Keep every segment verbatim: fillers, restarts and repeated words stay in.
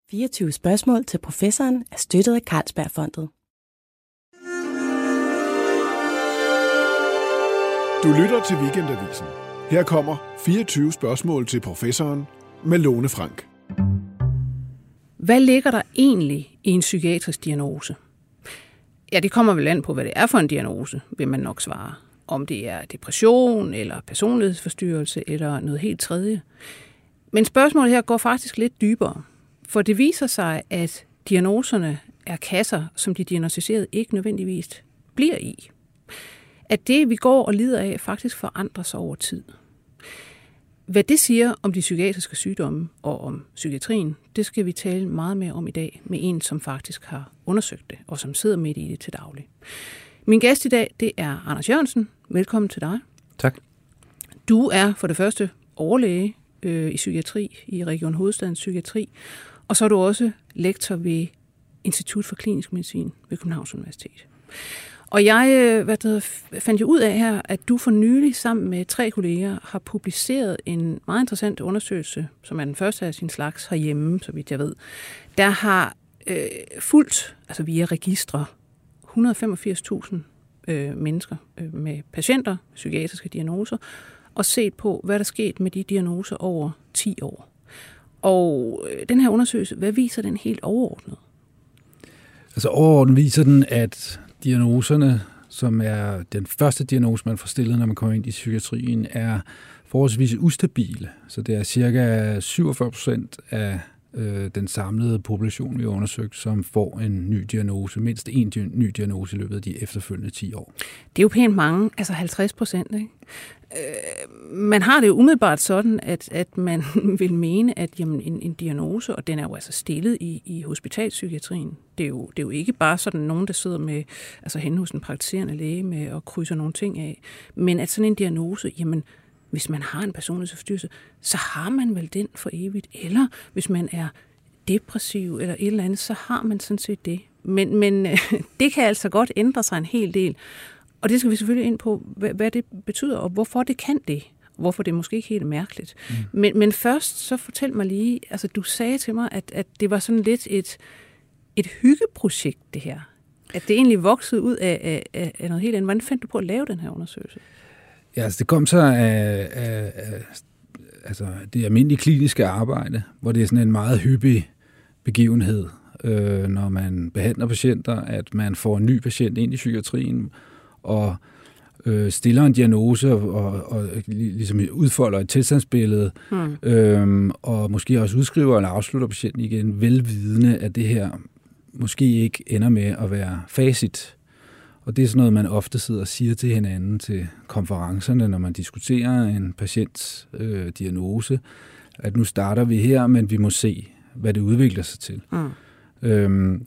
fireogtyve spørgsmål til professoren er støttet af Carlsbergfondet. Du lytter til Weekendavisen. Her kommer fireogtyve spørgsmål til professoren med Lone Frank. Hvad ligger der egentlig i en psykiatrisk diagnose? Ja, det kommer vel an på, hvad det er for en diagnose, vil man nok svare. Om det er depression, eller personlighedsforstyrrelse, eller noget helt tredje. Men spørgsmålet her går faktisk lidt dybere. For det viser sig, at diagnoserne er kasser, som de diagnosticerede ikke nødvendigvis bliver i. At det, vi går og lider af, faktisk forandrer sig over tid. Hvad det siger om de psykiatriske sygdomme og om psykiatrien, det skal vi tale meget mere om i dag med en, som faktisk har undersøgt det, og som sidder midt i det til daglig. Min gæst i dag, det er Anders Jørgensen. Velkommen til dig. Tak. Du er for det første overlæge øh, i psykiatri, i Region Hovedstadens Psykiatri, og så er du også lektor ved Institut for Klinisk Medicin ved Københavns Universitet. Og jeg hvad det, fandt jo ud af her, at du for nylig sammen med tre kolleger har publiceret en meget interessant undersøgelse, som er den første af sin slags herhjemme, så vidt jeg ved, der har øh, fulgt, altså via registre, et hundrede og femogfirs tusind øh, mennesker øh, med patienter, psykiatriske diagnoser, og set på, hvad der skete med de diagnoser over ti år. Og øh, den her undersøgelse, hvad viser den helt overordnet? Altså overordnet viser den, at diagnoserne, som er den første diagnose, man får stillet, når man kommer ind i psykiatrien, er forholdsvis ustabile. Så det er cirka syvogfyrre procent af øh, den samlede population, vi har undersøgt, som får en ny diagnose, mindst en ny diagnose i løbet af de efterfølgende ti år. Det er jo pænt mange, altså halvtreds procent, ikke? Øh, man har det jo umiddelbart sådan, at, at man vil mene, at jamen, en, en diagnose, og den er jo altså stillet i, i hospitalspsykiatrien. Det er, jo, det er jo ikke bare sådan nogen, der sidder med, altså henne hos en praktiserende læge med og krydser nogle ting af, men at sådan en diagnose, jamen, hvis man har en personlighedsforstyrrelse, så har man vel den for evigt. Eller hvis man er depressiv eller et eller andet, så har man sådan set det. Men, men det kan altså godt ændre sig en hel del. Og det skal vi selvfølgelig ind på, hvad, hvad det betyder, og hvorfor det kan det. Hvorfor det er måske ikke helt mærkeligt. Mm. Men, men først, så fortæl mig lige, altså du sagde til mig, at, at det var sådan lidt et, et hyggeprojekt, det her. At det egentlig voksede ud af, af, af noget helt andet. Hvordan fandt du på at lave den her undersøgelse? Ja, altså det kom så af, af, af altså det almindelige kliniske arbejde, hvor det er sådan en meget hyppig begivenhed, øh, når man behandler patienter, at man får en ny patient ind i psykiatrien, og øh, stiller en diagnose og, og, og ligesom udfolder et tilstandsbillede, hmm. øhm, og måske også udskriver eller afslutter patienten igen, velvidende, at det her måske ikke ender med at være facit. Og det er sådan noget, man ofte sidder og siger til hinanden til konferencerne, når man diskuterer en patients øh, diagnose, at nu starter vi her, men vi må se, hvad det udvikler sig til. Hmm. Øhm,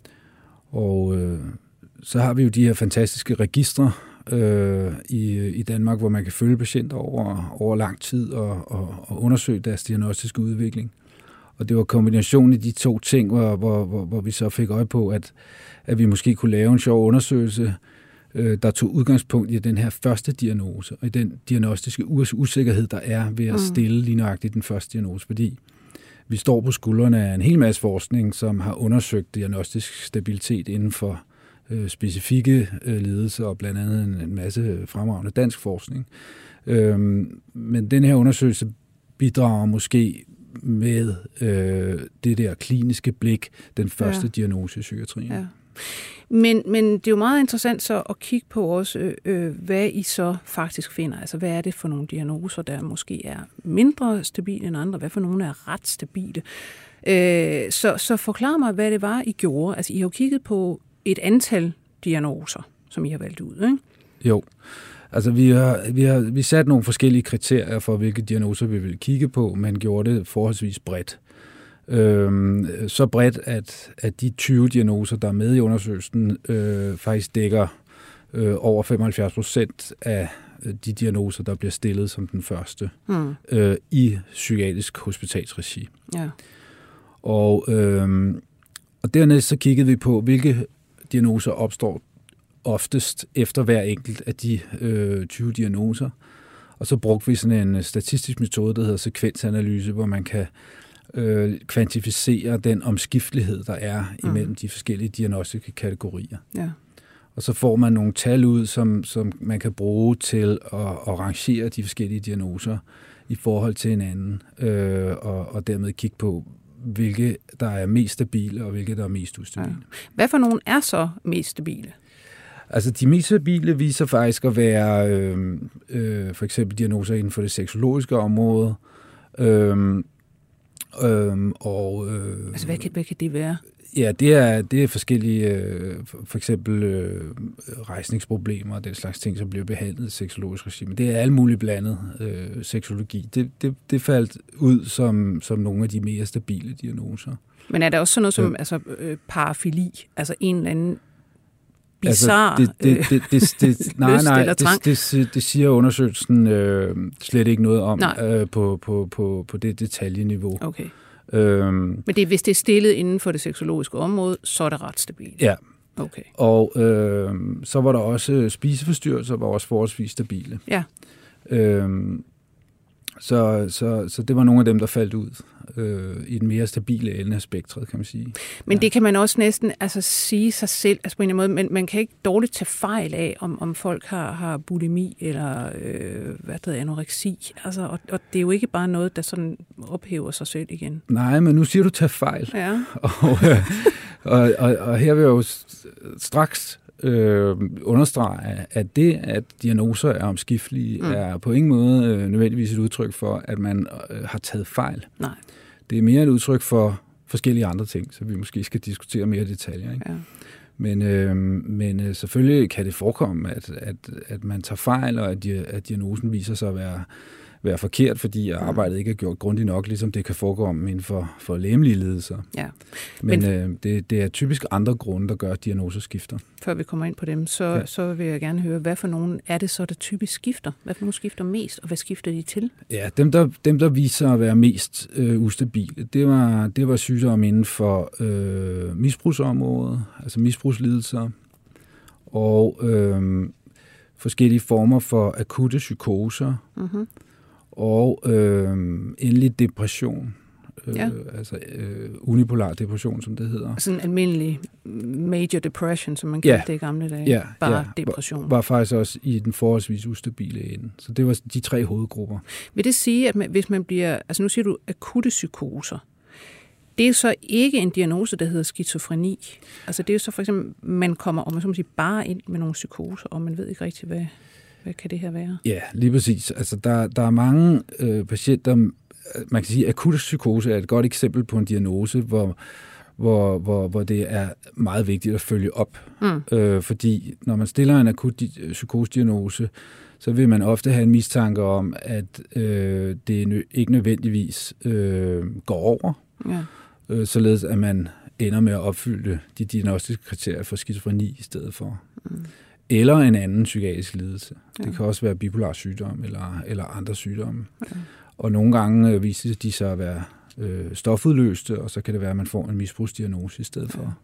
og øh, så har vi jo de her fantastiske registre øh, i, i Danmark, hvor man kan følge patienter over, over lang tid og, og, og undersøge deres diagnostiske udvikling. Og det var kombinationen af de to ting, hvor, hvor, hvor, hvor vi så fik øje på, at, at vi måske kunne lave en sjov undersøgelse, øh, der tog udgangspunkt i den her første diagnose, og i den diagnostiske usikkerhed, der er ved at stille lige nøjagtigt den første diagnose, fordi vi står på skuldrene af en hel masse forskning, som har undersøgt diagnostisk stabilitet inden for øh, specifikke øh, lidelser, og blandt andet en, en masse fremragende dansk forskning. Øhm, men den her undersøgelse bidrager måske med øh, det der kliniske blik, den første ja. diagnose i psykiatrien. Ja. Men, men det er jo meget interessant så at kigge på også, øh, hvad I så faktisk finder. Altså, hvad er det for nogle diagnoser, der måske er mindre stabile end andre? Hvad for nogle er ret stabile? Øh, så, så forklar mig, hvad det var, I gjorde. Altså, I har jo kigget på et antal diagnoser, som I har valgt ud, ikke? Jo. Altså, vi har, vi har vi sat nogle forskellige kriterier for, hvilke diagnoser vi vil kigge på, men gjorde det forholdsvis bredt. Øhm, så bredt, at, at de tyve diagnoser, der er med i undersøgelsen, øh, faktisk dækker øh, over femoghalvfjerds procent af de diagnoser, der bliver stillet som den første mm. øh, i psykiatrisk hospitalsregi. Ja. Og, øh, og dernæst så kiggede vi på, hvilke diagnoser opstår oftest efter hver enkelt af de øh, tyve diagnoser. Og så brugte vi sådan en statistisk metode, der hedder sekvensanalyse, hvor man kan øh, kvantificere den omskiftelighed, der er imellem mm. de forskellige diagnostiske kategorier. Ja. Og så får man nogle tal ud, som, som man kan bruge til at, at rangere de forskellige diagnoser i forhold til hinanden, øh, og, og dermed kigge på, hvilke der er mest stabile, og hvilke der er mest ustabile. Ja. Hvad for nogen er så mest stabile? Altså, de mest stabile viser faktisk at være øh, øh, for eksempel diagnoser inden for det seksologiske område. Øh, øh, og, øh, altså, hvad kan, hvad kan det være? Ja, det er, det er forskellige, øh, for eksempel øh, rejsningsproblemer og den slags ting, som bliver behandlet i seksologisk regime. Det er alt muligt blandet øh, seksologi. Det, det, det faldt ud som, som nogle af de mere stabile diagnoser. Men er der også sådan noget som ja. altså, øh, parafili, altså en eller anden bizarre altså, det, det, det, det, det, det, nej, nej, det, det, det siger undersøgelsen øh, slet ikke noget om øh, på, på, på, på det detaljeniveau. Okay. Øhm, Men det, hvis det er stillet inden for det seksologiske område, så er det ret stabilt? Ja. Okay. Og øh, så var der også spiseforstyrrelser, var også forholdsvis stabile. Ja. Øhm, så, så, så det var nogle af dem, der faldt ud øh, i den mere stabile ende af spektret, kan man sige. Men ja. det kan man også næsten altså, sige sig selv, altså på en eller anden måde, men man kan ikke dårligt tage fejl af, om, om folk har, har bulimi eller øh, hvad der hedder, anoreksi. Altså, og, og det er jo ikke bare noget, der sådan ophæver sig selv igen. Nej, men nu siger du tage fejl. Ja. og, øh, og, og, og her vil jeg jo straks øh, understrege, at det, at diagnoser er omskiftelige, mm. er på ingen måde øh, nødvendigvis et udtryk for, at man øh, har taget fejl. Nej. Det er mere et udtryk for forskellige andre ting, så vi måske skal diskutere mere detaljer. Ikke? Ja. Men, øh, men øh, selvfølgelig kan det forekomme, at, at, at man tager fejl, og at, at diagnosen viser sig at være, være forkert, fordi arbejdet ikke er gjort grundigt nok, ligesom det kan forekomme inden for, for læmelige lidelser. Ja. Men, Men øh, det, det er typisk andre grunde, der gør, at diagnoser skifter. Før vi kommer ind på dem, så, ja. så vil jeg gerne høre, hvad for nogen er det så, der typisk skifter? Hvad for nogen skifter mest, og hvad skifter de til? Ja, dem der, dem, der viser at være mest øh, ustabile, det var, det var sygdomme inden for øh, misbrugsområdet, altså misbrugslidelser, og øh, forskellige former for akutte psykoser, mm-hmm. og øh, endelig depression. Ja. Øh, altså øh, unipolar depression, som det hedder. Sådan en almindelig major depression, som man kaldte ja. det i gamle dage. Ja, Bare ja. depression. Var, var faktisk også i den forholdsvis ustabile ende. Så det var de tre hovedgrupper. Vil det sige, at man, hvis man bliver... Altså nu siger du akutte psykoser. Det er så ikke en diagnose, der hedder skizofreni. Altså det er jo så for eksempel, man kommer om man så må sige, bare ind med nogle psykoser, og man ved ikke rigtig, hvad, hvad kan det her være? Ja, lige præcis. Altså der, der er mange øh, patienter... Man kan sige, at akut psykose er et godt eksempel på en diagnose, hvor, hvor, hvor, hvor det er meget vigtigt at følge op. Mm. Øh, fordi når man stiller en akut psykosediagnose, så vil man ofte have en mistanke om, at øh, det nø- ikke nødvendigvis øh, går over, ja. øh, således at man ender med at opfylde de diagnostiske kriterier for skizofreni i stedet for. Mm. Eller en anden psykiatrisk lidelse. Ja. Det kan også være bipolar sygdom eller, eller andre sygdomme. Ja. Og nogle gange viser de sig at være øh, stofudløste, og så kan det være, at man får en misbrugsdiagnose i stedet for.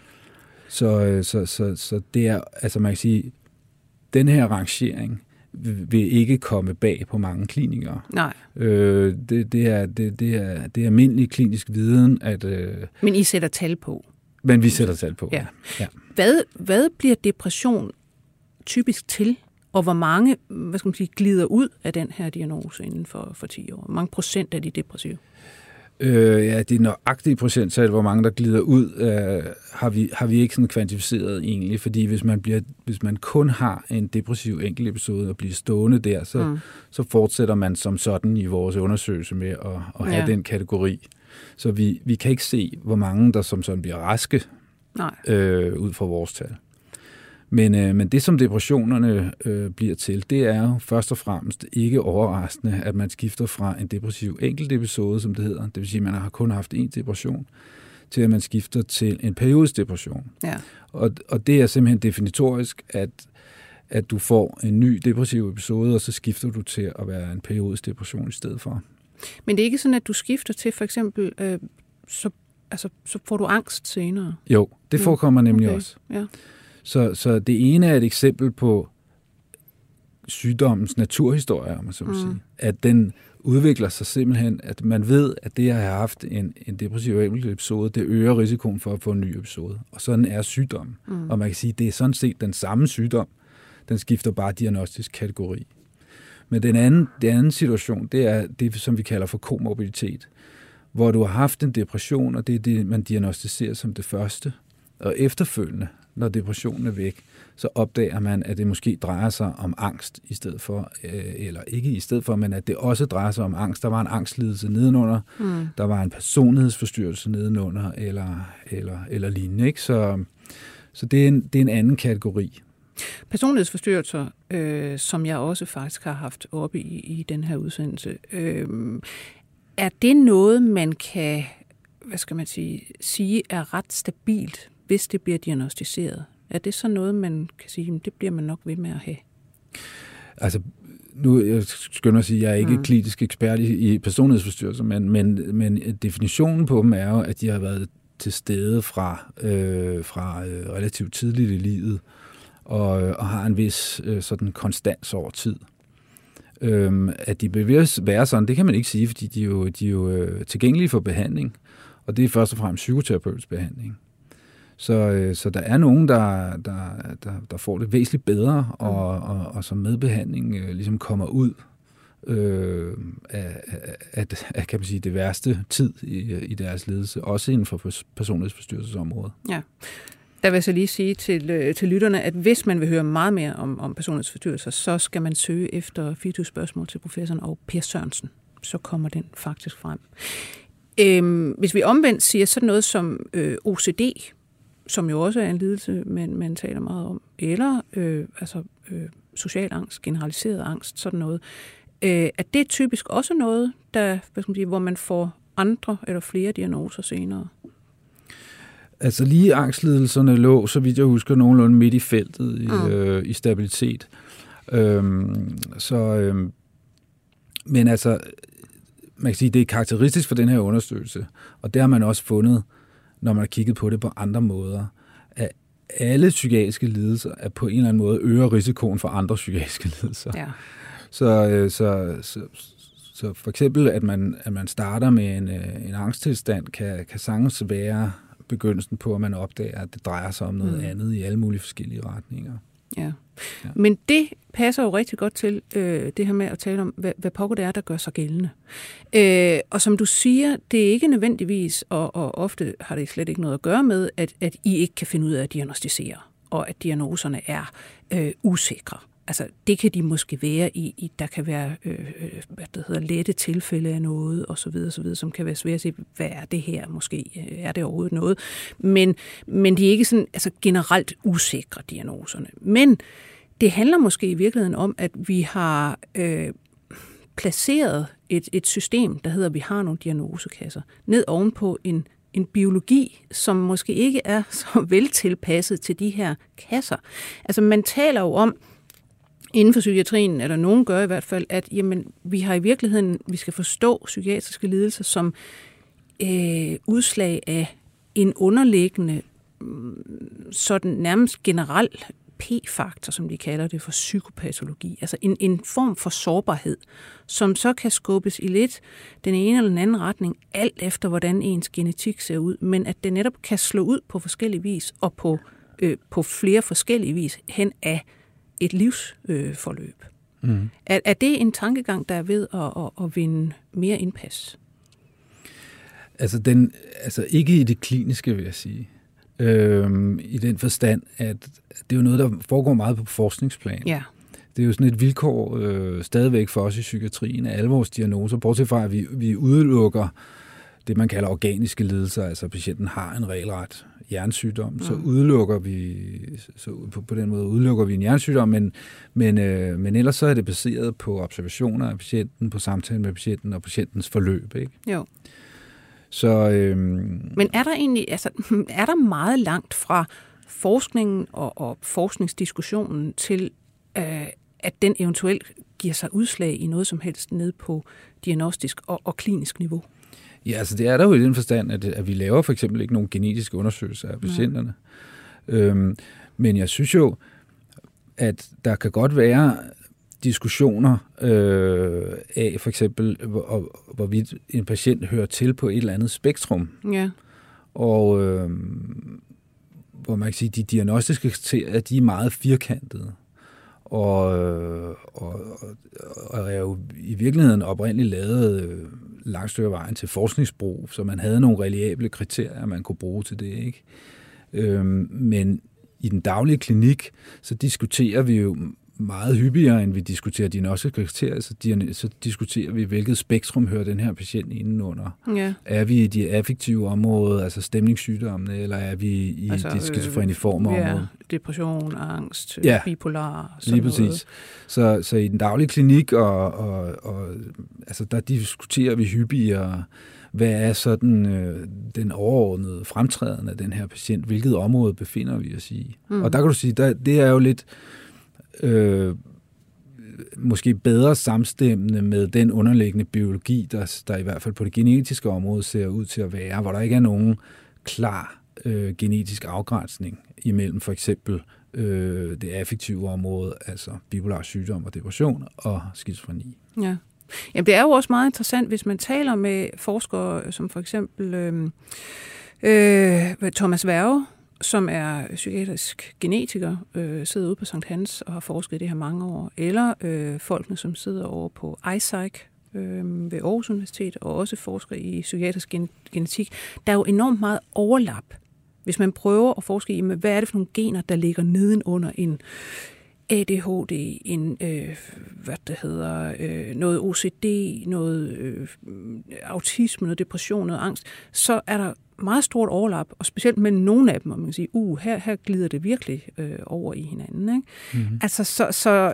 Så, så, så, så det er, altså man kan sige, den her rangering vil ikke komme bag på mange klinikere. Nej. Øh, det, det, er, det, det, er, det er almindelig klinisk viden, at... Øh, men I sætter tal på? Men vi sætter tal på, ja. ja. Hvad, hvad bliver depression typisk til? Og hvor mange, hvad skal man sige, glider ud af den her diagnose inden for, for ti år? Hvor mange procent er de depressive? Øh, ja, det er nøjagtige procenttal, hvor mange der glider ud, øh, har, vi, har vi ikke sådan kvantificeret egentlig, fordi hvis man, bliver, hvis man kun har en depressiv enkeltepisode og bliver stående der, så, mm. så fortsætter man som sådan i vores undersøgelse med at, at have ja. den kategori. Så vi, vi kan ikke se, hvor mange der som sådan bliver raske Nej. Øh, ud fra vores tal. Men, øh, men det, som depressionerne øh, bliver til, det er jo først og fremmest ikke overraskende, at man skifter fra en depressiv enkeltepisode, som det hedder, det vil sige, at man har kun haft én depression, til at man skifter til en periodisk depression. Ja. Og, og det er simpelthen definitorisk, at, at du får en ny depressiv episode, og så skifter du til at være en periodisk depression i stedet for. Men det er ikke sådan, at du skifter til for eksempel, øh, så, altså, så får du angst senere? Jo, det forekommer nemlig okay. også. Ja. Så, så det ene er et eksempel på sygdommens naturhistorie, om man så må mm. sige. At den udvikler sig simpelthen, at man ved, at det at have haft en, en depressiv episode, det øger risikoen for at få en ny episode. Og sådan er sygdommen. Mm. Og man kan sige, at det er sådan set den samme sygdom. Den skifter bare diagnostisk kategori. Men den anden, den anden situation, det er det, som vi kalder for komorbiditet, hvor du har haft en depression, og det er det, man diagnostiserer som det første. Og efterfølgende, når depressionen er væk, så opdager man, at det måske drejer sig om angst i stedet for, øh, eller ikke i stedet for, men at det også drejer sig om angst. Der var en angstlidelse nedenunder, mm. der var en personlighedsforstyrrelse nedenunder, eller, eller, eller lignende. Ikke? Så, så det, er en, det er en anden kategori. Personlighedsforstyrrelser, øh, som jeg også faktisk har haft oppe i, i den her udsendelse, øh, er det noget, man kan, hvad skal man sige, sige er ret stabilt, hvis det bliver diagnostiseret? Er det så noget, man kan sige, at det bliver man nok ved med at have? Altså, nu jeg skynder mig at sige, at jeg er ikke mm. klinisk ekspert i, i personlighedsforstyrrelser, men, men, men definitionen på dem er jo, at de har været til stede fra, øh, fra øh, relativt tidligt i livet, og, og har en vis øh, sådan konstans over tid. Øhm, at de bevæger være sådan, det kan man ikke sige, fordi de er jo, de er jo øh, tilgængelige for behandling, og det er først og fremmest psykoterapeutisk behandling. Så, øh, så der er nogen, der, der, der, der får det væsentligt bedre, og, og, og som med behandling øh, ligesom kommer ud øh, af, af, af kan man sige, det værste tid i, i deres ledelse, også inden for personlighedsforstyrrelsesområdet. Ja. Der vil jeg så lige sige til, til lytterne, at hvis man vil høre meget mere om, om personlighedsforstyrrelser, så skal man søge efter fireogtyve spørgsmål til professoren og Per Sørensen. Så kommer den faktisk frem. Øhm, hvis vi omvendt siger sådan noget som øh, O C D, som jo også er en lidelse, men man taler meget om, eller øh, altså, øh, social angst, generaliseret angst, sådan noget, øh, at det er typisk også noget, der, hvad skal man sige, hvor man får andre eller flere diagnoser senere. Altså lige angstlidelserne lå, så vidt jeg husker, nogenlunde midt i feltet i, mm. øh, i stabilitet. Øhm, så, øhm, men altså, man kan sige, det er karakteristisk for den her undersøgelse, og det har man også fundet, når man har kigget på det på andre måder, at alle psykiatriske lidelser er på en eller anden måde øger risikoen for andre psykiatriske lidelser. Ja. Så, øh, så, så, så for eksempel, at man, at man starter med en, en angsttilstand, kan, kan sagtens være begyndelsen på, at man opdager, at det drejer sig om noget mm. andet i alle mulige forskellige retninger. Ja. ja. Men det passer jo rigtig godt til øh, det her med at tale om, hvad, hvad pokker det er, der gør sig gældende. Øh, og som du siger, det er ikke nødvendigvis, og, og ofte har det slet ikke noget at gøre med, at, at I ikke kan finde ud af at diagnostisere, og at diagnoserne er øh, usikre. Altså, det kan de måske være i, i der kan være øh, hvad det hedder, lette tilfælde af noget, og så videre, så videre, som kan være svært at sige, hvad er det her måske? Er det overhovedet noget? Men, men de er ikke sådan, altså generelt usikre, diagnoserne. Men det handler måske i virkeligheden om, at vi har øh, placeret et, et system, der hedder, at vi har nogle diagnosekasser, ned ovenpå en en biologi, som måske ikke er så vel tilpasset til de her kasser. Altså, man taler jo om, inden for psykiatrien, eller nogen gør i hvert fald, at jamen, vi har i virkeligheden, vi skal forstå psykiatriske lidelser som øh, udslag af en underliggende, sådan nærmest generel P-faktor, som de kalder det, for psykopatologi. Altså en, en form for sårbarhed, som så kan skubbes i lidt den ene eller den anden retning, alt efter hvordan ens genetik ser ud, men at det netop kan slå ud på forskellige vis, og på, øh, på flere forskellige vis hen af et livsforløb. Øh, mm. er, er det en tankegang, der er ved at, at, at vinde mere indpas? Altså, den, altså ikke i det kliniske, vil jeg sige. Øhm, I den forstand, at det er jo noget, der foregår meget på forskningsplan. Ja. Det er jo sådan et vilkår øh, stadigvæk for os i psykiatrien af alle vores diagnoser, bortset fra, at vi, vi udelukker det, man kalder organiske lidelser, altså patienten har en regelret hjernesygdom, mm. så udelukker vi, så på, på den måde udelukker vi en hjernesygdom, men, men, øh, men ellers så er det baseret på observationer af patienten, på samtalen med patienten og patientens forløb, ikke? Jo. Så, øhm, men er der egentlig, altså, er der meget langt fra forskningen og, og forskningsdiskussionen til, øh, at den eventuelt giver sig udslag i noget som helst ned på diagnostisk og, og klinisk niveau? Ja, altså det er der jo i den forstand, at, at vi laver for eksempel ikke nogen genetiske undersøgelser af patienterne. Ja. Øhm, men jeg synes jo, at der kan godt være diskussioner øh, af for eksempel, hvor, hvorvidt en patient hører til på et eller andet spektrum. Ja. Og øh, hvor man kan sige, at de diagnostiske kriterier, de er meget firkantede. Og, og, og er jo i virkeligheden oprindeligt lavet øh, langt stykke vejen til forskningsbrug, så man havde nogle reliable kriterier, man kunne bruge til det, ikke? Øh, men i den daglige klinik, så diskuterer vi jo meget hyppigere, end vi diskuterer diagnostiske kriterier, så, så diskuterer vi, hvilket spektrum hører den her patient indenunder. Ja. Er vi i de affektive områder, altså stemningssygdommene, eller er vi i altså, det skizofreniforme øh, ja, område? Depression, angst, ja, bipolar, sådan lige noget. Præcis. Så, så i den daglige klinik, og, og, og, altså, der diskuterer vi hyppigere, hvad er sådan øh, den overordnede fremtræden af den her patient? Hvilket område befinder vi os i? Mm. Og der kan du sige, der, det er jo lidt øh, måske bedre samstemmende med den underliggende biologi, der, der i hvert fald på det genetiske område ser ud til at være, hvor der ikke er nogen klar øh, genetisk afgrænsning imellem for eksempel øh, det affektive område, altså bipolar sygdom og depression og skizofreni. Ja. Jamen, det er jo også meget interessant, hvis man taler med forskere, som for eksempel øh, øh, Thomas Werge, som er psykiatrisk genetiker, øh, sidder ude på Sankt Hans og har forsket det her mange år, eller øh, folkene, som sidder over på iPsych øh, ved Aarhus Universitet, og også forsker i psykiatrisk gen- genetik. Der er jo enormt meget overlap, hvis man prøver at forske i, hvad er det for nogle gener, der ligger nedenunder en A D H D, en, øh, hvad det hedder, øh, noget O C D, noget øh, autisme, noget depression, noget angst, så er der meget stort overlap, og specielt mellem nogle af dem, og man kan sige, uh, her, her glider det virkelig øh, over i hinanden. Ikke? Mm-hmm. Altså, så, så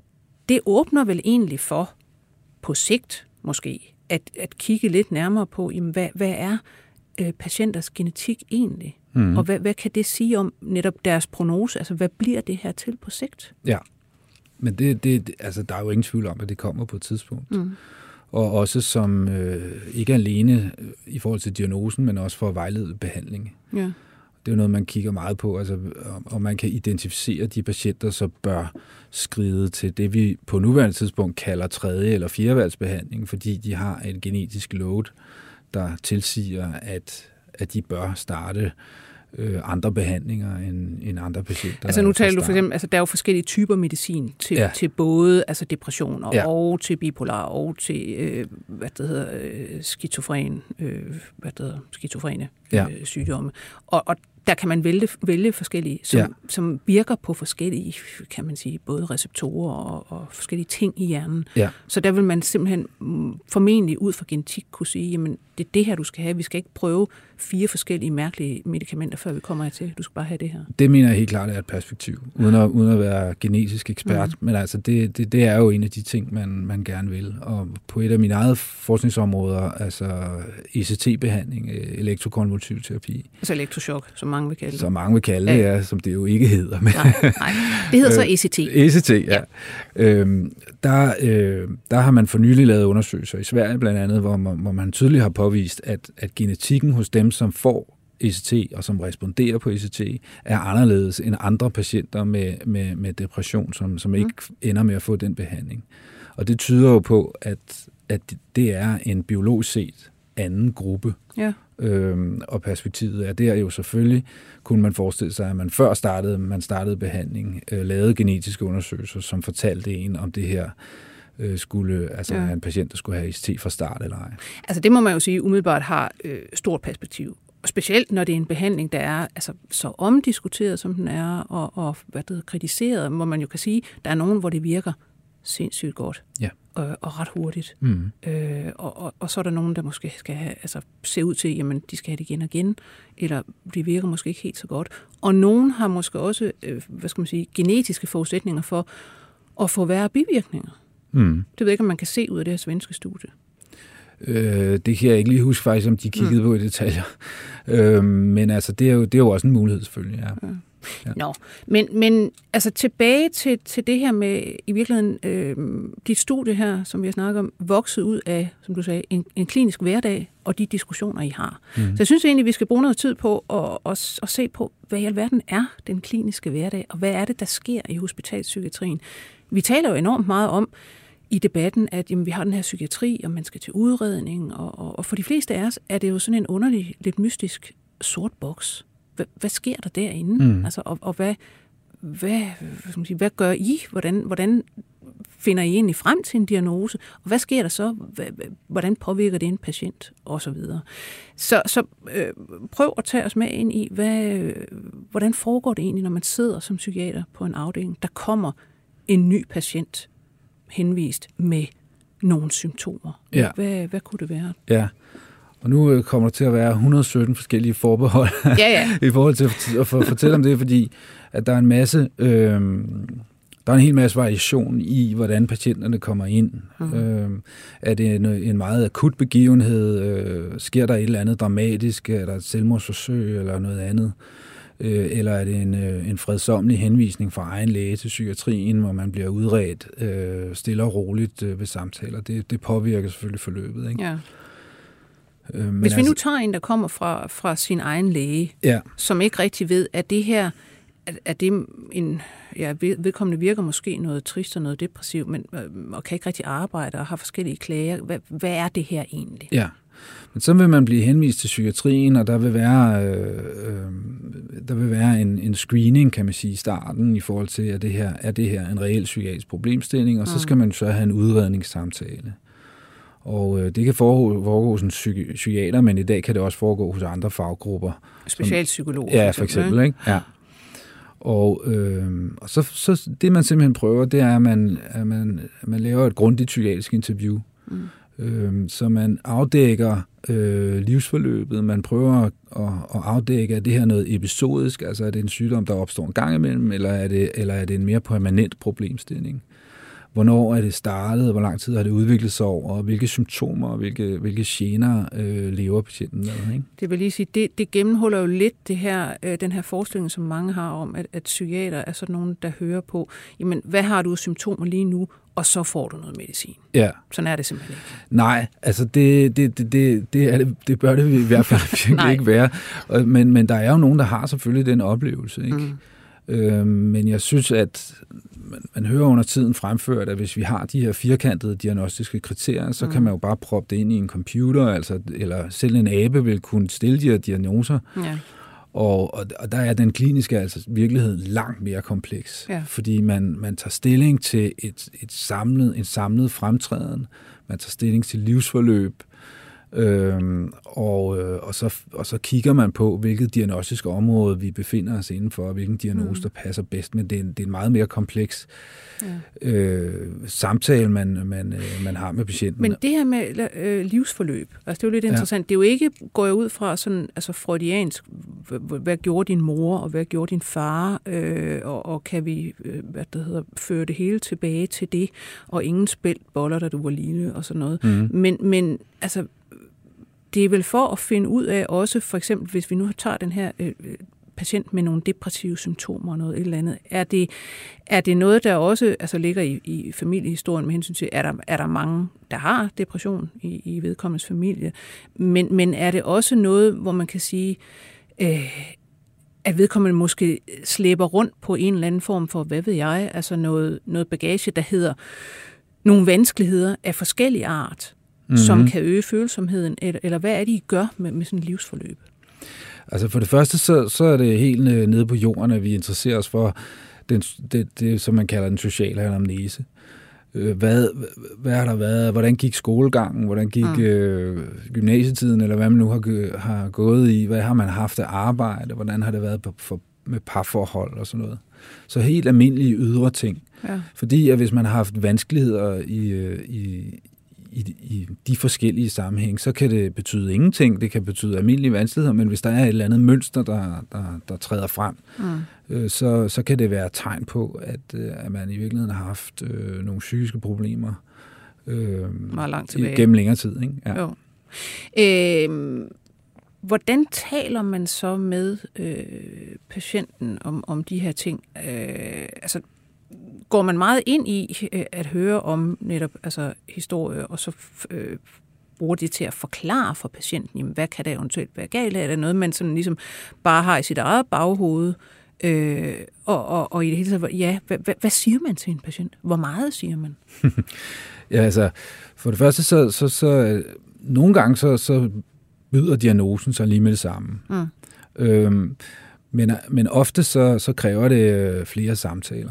det åbner vel egentlig for, på sigt måske, at, at kigge lidt nærmere på, jamen, hvad, hvad er øh, patienters genetik egentlig? Mm. Og hvad, hvad kan det sige om netop deres prognose? Altså, hvad bliver det her til på sigt? Ja, men det, det, altså, der er jo ingen tvivl om, at det kommer på et tidspunkt. Mm. Og også som øh, ikke alene i forhold til diagnosen, men også for vejledet behandling. Ja. Det er jo noget, man kigger meget på, altså, og man kan identificere de patienter, som bør skride til det, vi på nuværende tidspunkt kalder tredje- eller fjerdevalgsbehandling, fordi de har et genetisk load, der tilsiger, at, at de bør starte øh, andre behandlinger end, end andre patienter. Altså nu taler du for eksempel, altså der er jo forskellige typer medicin til, ja. til både altså depressioner ja. og til bipolar og til øh, hvad det hedder øh, skizofren, øh, hvad det hedder skizofrene ja. øh, sygdomme. Og, og der kan man vælge, vælge forskellige, som, ja. som virker på forskellige, kan man sige, både receptorer og, og forskellige ting i hjernen. Ja. Så der vil man simpelthen formentlig ud fra genetik kunne sige, jamen det er det her, du skal have. Vi skal ikke prøve fire forskellige mærkelige medicamenter, før vi kommer hertil. Du skal bare have det her. Det mener jeg helt klart er et perspektiv, uden at, uden at være genetisk ekspert. Mm. Men altså, det, det, det er jo en af de ting, man, man gerne vil. Og på et af mine eget forskningsområder, altså E C T-behandling, elektrokonvulsiv terapi. Altså elektrochok, som mange vil kalde det. Som mange vil kalde det, ja. Ja, som det jo ikke hedder. Men nej, nej, det hedder så E C T. E C T, ja. ja. Øhm, der, øh, der har man for nylig lavet undersøgelser i Sverige blandt andet, hvor man, hvor man tydeligt har påvist, at, at genetikken hos dem, som får E C T og som responderer på E C T, er anderledes end andre patienter med, med, med depression, som, som ikke mm. ender med at få den behandling. Og det tyder jo på, at, at det er en biologisk set anden gruppe. Ja. Øhm, og perspektivet er der jo selvfølgelig, kunne man forestille sig, at man før startede, man startede behandling, øh, lavede genetiske undersøgelser, som fortalte en om det her øh, skulle, altså ja. en patient, der skulle have E C T fra start eller ej. Altså det må man jo sige, umiddelbart har øh, stort perspektiv. Og specielt når det er en behandling, der er altså, så omdiskuteret, som den er, og, og hvad det er, kritiseret, hvor man jo kan sige, der er nogen, hvor det virker sindssygt godt. Ja. Og, og ret hurtigt. Mm. Øh, og, og, og så er der nogen, der måske skal have, altså, se ud til, jamen, de skal have det igen og igen, eller det virker måske ikke helt så godt. Og nogen har måske også, øh, hvad skal man sige, genetiske forudsætninger for at få værre bivirkninger. Mm. Det ved jeg ikke, om man kan se ud af det her svenske studie. Øh, det kan jeg ikke lige huske faktisk, om de kiggede mm. på i detaljer. Øh, men altså, det er, jo, det er jo også en mulighed selvfølgelig, ja. ja. Ja. Nå, men, men altså tilbage til, til det her med i virkeligheden øh, dit studie her, som vi har snakket om, vokset ud af, som du sagde, en, en klinisk hverdag og de diskussioner, I har. Mm. Så jeg synes egentlig, vi skal bruge noget tid på at, at, at se på, hvad i alverden er den kliniske hverdag, og hvad er det, der sker i hospitalspsykiatrien vi taler jo enormt meget om i debatten, at jamen, vi har den her psykiatri, og man skal til udredning, og, og, og for de fleste af os er det jo sådan en underlig, lidt mystisk sort boks. Hvad, hvad sker der derinde? Mm. Altså, og, og hvad, hvad, hvad, skal man sige, hvad gør I? Hvordan, hvordan finder I egentlig frem til en diagnose? Og hvad sker der så? Hvordan påvirker det en patient? Og så videre. Så, så øh, prøv at tage os med ind i, hvad, hvordan foregår det egentlig, når man sidder som psykiater på en afdeling? Der kommer en ny patient henvist med nogle symptomer. Ja. Hvad, hvad kunne det være? Ja, og nu kommer der til at være et hundrede og sytten forskellige forbehold ja, ja. i forhold til at fortælle om det, fordi at der er en masse, øh, der er en hel masse variation i, hvordan patienterne kommer ind. Mm. Øh, er det en, en meget akut begivenhed? Øh, sker der et eller andet dramatisk? Er der et selvmordsforsøg eller noget andet? Eller er det en, en fredsommelig henvisning fra egen læge til psykiatrien, hvor man bliver udredt øh, stille og roligt øh, ved samtaler? Det, det påvirker selvfølgelig forløbet. Ikke? Ja. Øh, men Hvis vi altså, nu tager en, der kommer fra, fra sin egen læge, ja. som ikke rigtig ved, at det her, at, at det en, ja, vedkommende virker måske noget trist og noget depressivt, men, og kan ikke rigtig arbejde og har forskellige klager. Hvad, hvad er det her egentlig? Ja. Men så vil man blive henvist til psykiatrien, og der vil være, øh, øh, der vil være en, en screening, kan man sige, i starten, i forhold til, at det her, er det her en reel psykiatrisk problemstilling, og mm. så skal man så have en udredningssamtale. Og øh, det kan foregå, foregå hos en psyki- psykiater, men i dag kan det også foregå hos andre faggrupper. Specialpsykologer. Ja, for eksempel. Ikke? Ja. Og, øh, og så, så det, man simpelthen prøver, det er, at man, at man, at man laver et grundigt psykiatrisk interview. Mm. Så man afdækker øh, livsforløbet, man prøver at, at afdække, er det her noget episodisk, altså er det en sygdom, der opstår en gang imellem, eller er det, eller er det en mere permanent problemstilling? Hvornår er det startet, hvor lang tid har det udviklet sig over, og hvilke symptomer og hvilke, hvilke gener øh, lever patienten med? Ikke? Det vil lige sige, det, det gennemholder jo lidt det her, øh, den her forestilling, som mange har om, at, at psykiater er sådan nogen, der hører på, jamen, hvad har du symptomer lige nu, og så får du noget medicin. Ja. Sådan er det simpelthen ikke. Nej, altså det, det, det, det, det, er det, det bør det i hvert fald virkelig ikke være. Men, men der er jo nogen, der har selvfølgelig den oplevelse, ikke? Mm. Øh, men jeg synes, at man, man hører under tiden fremført, at hvis vi har de her firkantede diagnostiske kriterier, så mm. kan man jo bare proppe det ind i en computer, altså, eller selv en abe vil kunne stille de her diagnoser. Ja. Og, og, og der er den kliniske altså virkelighed langt mere kompleks, ja. Fordi man, man tager stilling til et, et samlet, en samlet fremtræden, man tager stilling til livsforløb, Øhm, og, øh, og, så, og så kigger man på, hvilket diagnostisk område vi befinder os indenfor, og hvilken diagnose, der passer bedst. Men det er en, det er en meget mere kompleks ja. øh, samtale, man, man, øh, man har med patienten. Men det her med øh, livsforløb, altså det er jo lidt interessant. Ja. Det er jo ikke, går jeg ud fra sådan, altså freudiansk, hvad, hvad gjorde din mor, og hvad gjorde din far, øh, og, og kan vi øh, hvad det hedder, føre det hele tilbage til det, og ingen spæltboller, da du var lille, og sådan noget. Mm. Men, men altså, det er vel for at finde ud af også, for eksempel, hvis vi nu tager den her øh, patient med nogle depressive symptomer og noget et eller andet, er det, er det noget, der også altså, ligger i, i familiehistorien med hensyn til, er der, er der mange, der har depression i, i vedkommendes familie, men, men er det også noget, hvor man kan sige, øh, at vedkommende måske slæber rundt på en eller anden form for, hvad ved jeg, altså noget, noget bagage, der hedder nogle vanskeligheder af forskellig art, mm-hmm. som kan øge følsomheden, eller, eller hvad er det, I gør med, med sådan et livsforløb? Altså for det første, så, så er det helt nede på jorden, at vi interesserer os for den, det, det, som man kalder den sociale anamnese. Hvad, hvad har der været? Hvordan gik skolegangen? Hvordan gik mm. øh, gymnasietiden, eller hvad man nu har, har gået i? Hvad har man haft af arbejde? Hvordan har det været på, for, med parforhold og sådan noget? Så helt almindelige ydre ting. Ja. Fordi at hvis man har haft vanskeligheder i, i I, i de forskellige sammenhæng, så kan det betyde ingenting. Det kan betyde almindelige vanskeligheder, men hvis der er et eller andet mønster, der, der, der træder frem, mm. øh, så, så kan det være et tegn på, at, øh, at man i virkeligheden har haft øh, nogle psykiske problemer øh, meget langt tilbage. Gennem længere tid. Ikke? Ja. Jo. Øh, hvordan taler man så med øh, patienten om, om de her ting? Øh, altså går man meget ind i at høre om netop altså historie, og så øh, bruger det til at forklare for patienten, jamen, hvad kan der eventuelt være galt? Er det noget, man sådan ligesom bare har i sit eget baghoved? Øh, og, og, og i det hele taget, ja, hvad, hvad, hvad siger man til en patient? Hvor meget siger man? Ja, altså, for det første, så, så, så nogle gange, så, så byder diagnosen sig lige med det samme. Mm. Øhm, men, men ofte, så, så kræver det flere samtaler,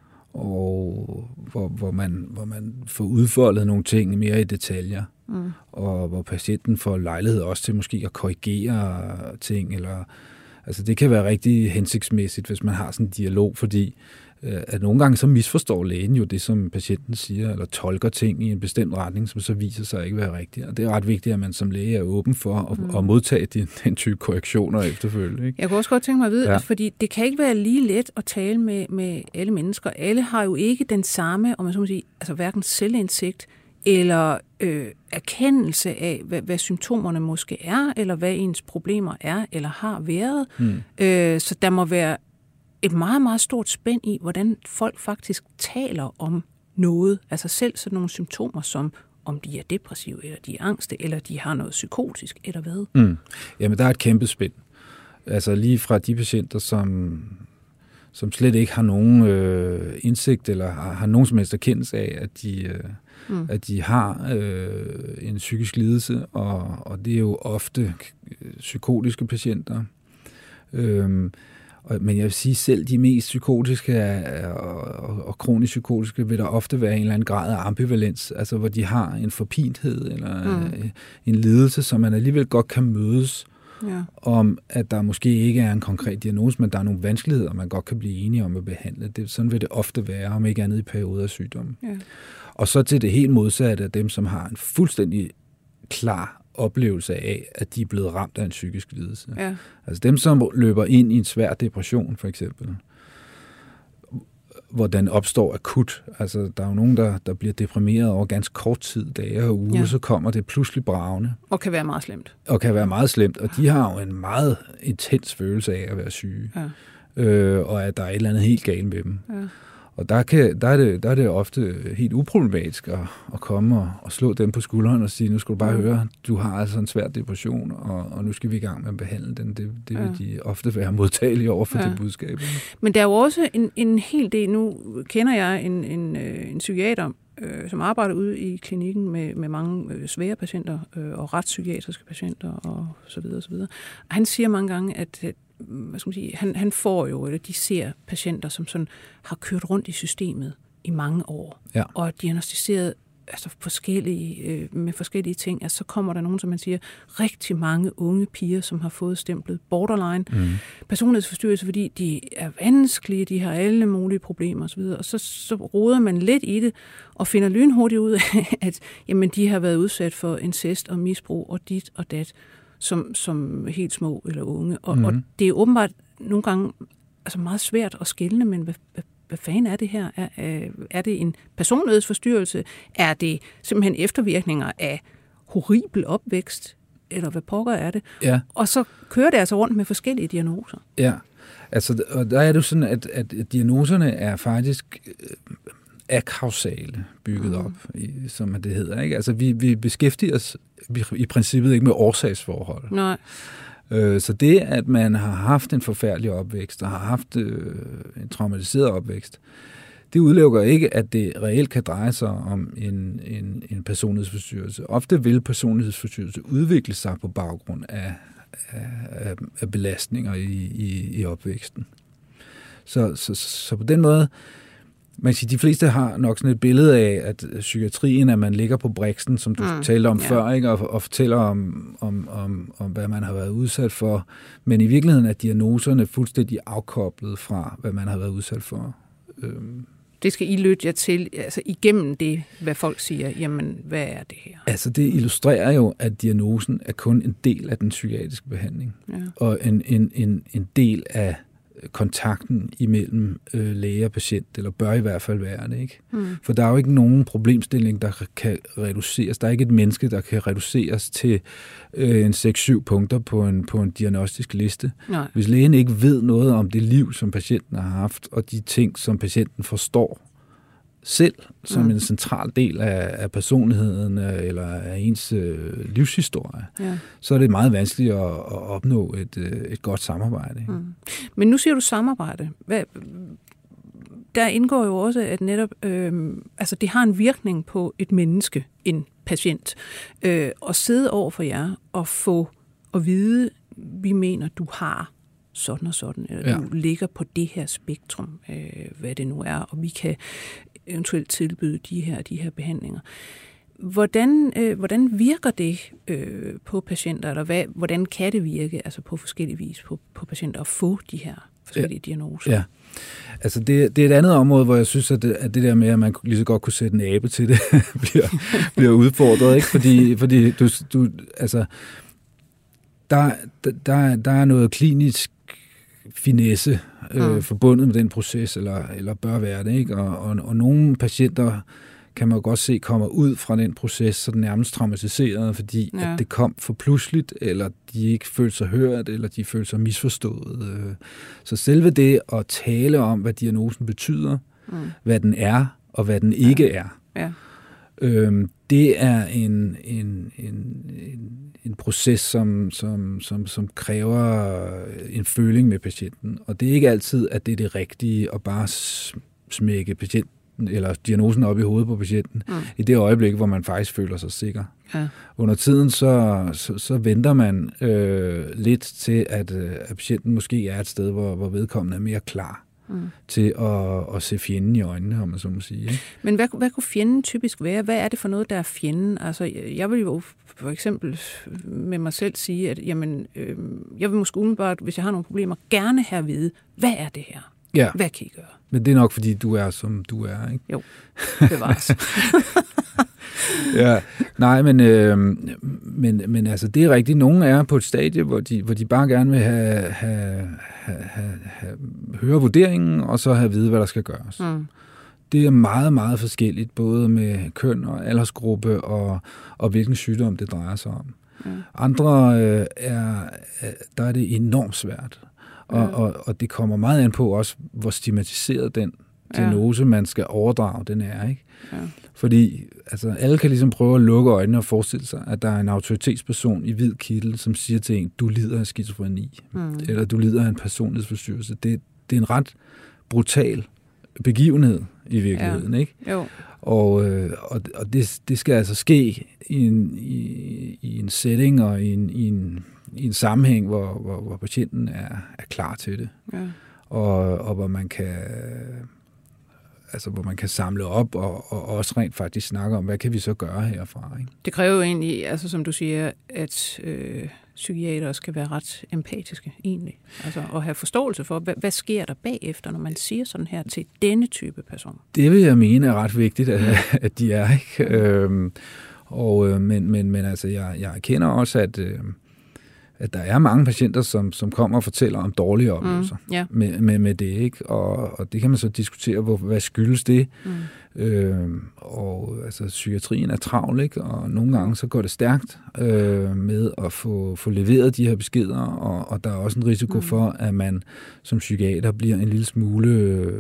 og hvor, hvor, man, hvor man får udfoldet nogle ting mere i detaljer, mm. og hvor patienten får lejlighed også til måske at korrigere ting, eller altså det kan være rigtig hensigtsmæssigt, hvis man har sådan en dialog, fordi øh, at nogle gange så misforstår lægen jo det, som patienten siger, eller tolker ting i en bestemt retning, som så viser sig ikke være rigtigt. Og det er ret vigtigt, at man som læge er åben for at, mm. at modtage den, den type korrektioner efterfølgende. Ikke? Jeg kunne også godt tænke mig at vide, ja. fordi det kan ikke være lige let at tale med, med alle mennesker. Alle har jo ikke den samme, om man så må sige, altså hverken selvindsigt eller øh, erkendelse af, hvad, hvad symptomerne måske er, eller hvad ens problemer er, eller har været. Mm. Øh, så der må være et meget, meget stort spænd i, hvordan folk faktisk taler om noget. Altså selv sådan nogle symptomer, som om de er depressive, eller de er angste, eller de har noget psykotisk, eller hvad. Mm. Jamen, der er et kæmpe spænd. Altså lige fra de patienter, som... som slet ikke har nogen øh, indsigt, eller har, har nogen som helst erkendelse af, at de, øh, mm. at de har øh, en psykisk lidelse, og, og det er jo ofte psykotiske patienter. Øhm, og, men jeg vil sige, selv de mest psykotiske er, og, og, og kronisk psykotiske vil der ofte være en eller anden grad af ambivalens, altså hvor de har en forpinthed, eller mm. øh, en lidelse, som man alligevel godt kan mødes Ja. om, at der måske ikke er en konkret diagnose, men der er nogle vanskeligheder, man godt kan blive enige om at behandle. Det, sådan vil det ofte være, om ikke andet i perioder af sygdommen. Ja. Og så til det helt modsatte af dem, som har en fuldstændig klar oplevelse af, at de er blevet ramt af en psykisk lidelse. Ja. Altså dem, som løber ind i en svær depression, for eksempel, hvor den opstår akut. Altså, der er jo nogen, der, der bliver deprimeret over ganske kort tid, dage og uger, ja. så kommer det pludselig bravende. Og kan være meget slemt. Og kan være meget slemt, og de har jo en meget intens følelse af at være syge, ja. øh, og at der er et eller andet helt galt med dem. Ja. Og der, kan, der, er det, der er det ofte helt uproblematisk at, at komme og, og slå dem på skulderen og sige, nu skal du bare ja. høre, du har altså en svær depression, og, og nu skal vi i gang med at behandle den. Det, det vil ja. de ofte være modtagelige over for ja. det budskab. Men der er jo også en, en hel del, nu kender jeg en, en, en psykiater, øh, som arbejder ude i klinikken med, med mange øh, svære patienter øh, og retspsykiatriske patienter og så videre, og så videre. Han siger mange gange, at hvad skal man sige, han, han får jo, eller de ser patienter, som sådan har kørt rundt i systemet i mange år, ja. og er diagnosticeret altså forskellige, øh, med forskellige ting. Altså så kommer der nogen, som man siger, rigtig mange unge piger, som har fået stemplet borderline mm. personlighedsforstyrrelse, fordi de er vanskelige, de har alle mulige problemer osv., og så, så roder man lidt i det, og finder lynhurtigt ud af, at jamen, de har været udsat for incest og misbrug og dit og dat, som, som helt små eller unge. Og, mm. og det er åbenbart nogle gange altså meget svært at skelne, men hvad, hvad, hvad fanden er det her? Er, er det en personlighedsforstyrrelse? Er det simpelthen eftervirkninger af horribel opvækst? Eller hvad pokker er det? Ja. Og så kører det altså rundt med forskellige diagnoser. Ja, altså, og der er det jo sådan, at, at diagnoserne er faktisk akausale bygget mm. op, i, som det hedder. Ikke? Altså, vi, vi beskæftiger os i princippet ikke med årsagsforhold. Nej. Øh, så det, at man har haft en forfærdelig opvækst, og har haft øh, en traumatiseret opvækst, det udelukker ikke, at det reelt kan dreje sig om en, en, en personlighedsforstyrrelse. Ofte vil personlighedsforstyrrelse udvikle sig på baggrund af, af, af belastninger i, i, i opvæksten. Så, så, så på den måde, man kan sige, de fleste har nok sådan et billede af, at psykiatrien, at man ligger på briksen, som du mm, talte om yeah. før, ikke? Og, og fortæller om, om, om, om, hvad man har været udsat for. Men i virkeligheden er diagnoserne fuldstændig afkoblet fra, hvad man har været udsat for. Øhm. Det skal I lytte jer til, altså igennem det, hvad folk siger, jamen, hvad er det her? Altså, det illustrerer jo, at diagnosen er kun en del af den psykiatriske behandling. Ja. Og en, en, en, en del af kontakten imellem øh, læge og patient, eller bør i hvert fald være det, ikke? Mm. For der er jo ikke nogen problemstilling, der kan reduceres. Der er ikke et menneske, der kan reduceres til øh, en seks syv punkter på en, på en diagnostisk liste. Nej. Hvis lægen ikke ved noget om det liv, som patienten har haft, og de ting, som patienten forstår, selv som mm. en central del af, af personligheden eller af ens øh, livshistorie, ja. så er det meget vanskeligt at, at opnå et, et godt samarbejde. Mm. Men nu siger du samarbejde. Hvad, der indgår jo også, at netop, øh, altså det har en virkning på et menneske, en patient, øh, at sidde over for jer og få at vide, vi mener, du har sådan og sådan, eller ja. du ligger på det her spektrum, øh, hvad det nu er, og vi kan eventuelt tilbyde de her de her behandlinger. Hvordan, øh, hvordan virker det øh, på patienter, eller hvad, hvordan kan det virke altså på forskellige vis på, på patienter at få de her forskellige ja. diagnoser? Ja. Altså det, det er et andet område, hvor jeg synes, at det, at det der med, at man lige så godt kunne sætte en abe til det, bliver, bliver udfordret, ikke? Fordi, fordi du, du, altså, der, der, der er noget klinisk finesse øh, mm. forbundet med den proces, eller, eller bør være det, ikke? Og, og, og nogle patienter kan man jo godt se kommer ud fra den proces, så nærmest traumatiseret, fordi ja. at det kom for pludseligt, eller de ikke følte sig hørt, eller de følte sig misforstået. Så selve det at tale om, hvad diagnosen betyder, mm. hvad den er, og hvad den ikke ja. er, ja. øhm, det er en, en, en, en, en proces, som, som, som, som kræver en føling med patienten. Og det er ikke altid, at det er det rigtige at bare smække patienten eller diagnosen op i hovedet på patienten, mm. i det øjeblik, hvor man faktisk føler sig sikker. Ja. Under tiden, så, så, så venter man øh, lidt til, at, at patienten måske er et sted, hvor, hvor vedkommende er mere klar mm. til at, at se fjenden i øjnene, om man så må sige. Ikke? Men hvad, hvad kunne fjenden typisk være? Hvad er det for noget, der er fjenden? Altså, jeg vil jo for eksempel med mig selv sige, at jamen, øh, jeg vil måske umiddelbart, hvis jeg har nogle problemer, gerne have at vide, hvad er det her? Ja. Hvad kan I gøre? Men det er nok, fordi du er, som du er, ikke? Jo, det var det. ja, nej, men, øh, men, men altså, det er rigtigt. Nogle er på et stadie, hvor de, hvor de bare gerne vil have, have, have, have, have, høre vurderingen, og så have at vide, hvad der skal gøres. Mm. Det er meget, meget forskelligt, både med køn og aldersgruppe, og, og hvilken sygdom det drejer sig om. Mm. Andre øh, er, der er det enormt svært. Og, og, og det kommer meget an på også, hvor stigmatiseret den diagnose, ja. man skal overdrage, den er, ikke? Ja. Fordi altså, alle kan ligesom prøve at lukke øjnene og forestille sig, at der er en autoritetsperson i hvid kittel, som siger til en, du lider af skizofreni, mm. eller du lider af en personlighedsforstyrrelse. Det, det er en ret brutal begivenhed i virkeligheden, ja. ikke? Jo. Og, øh, og, og det, det skal altså ske i en, i, i en setting og i en, i en i en sammenhæng, hvor, hvor, hvor patienten er, er klar til det. Ja. Og, og hvor man kan altså hvor man kan samle op og, og også rent faktisk snakke om, hvad kan vi så gøre herfra, ikke? Det kræver jo egentlig, altså som du siger, at øh, psykiatere skal være ret empatiske egentlig. Altså at have forståelse for, hvad, hvad sker der bagefter, når man siger sådan her til denne type person? Det vil jeg mene er ret vigtigt, at, at de er, ikke? Øhm, og, men, men, men altså, jeg, jeg erkender også, at øh, at der er mange patienter, som, som kommer og fortæller om dårlige oplevelser mm, yeah. med, med, med det, ikke? Og, og det kan man så diskutere, hvor, hvad skyldes det? Mm. Øh, og altså, psykiatrien er travl, ikke? Og nogle gange så går det stærkt øh, med at få, få leveret de her beskeder, og, og der er også en risiko mm. for, at man som psykiater bliver en lille smule, øh,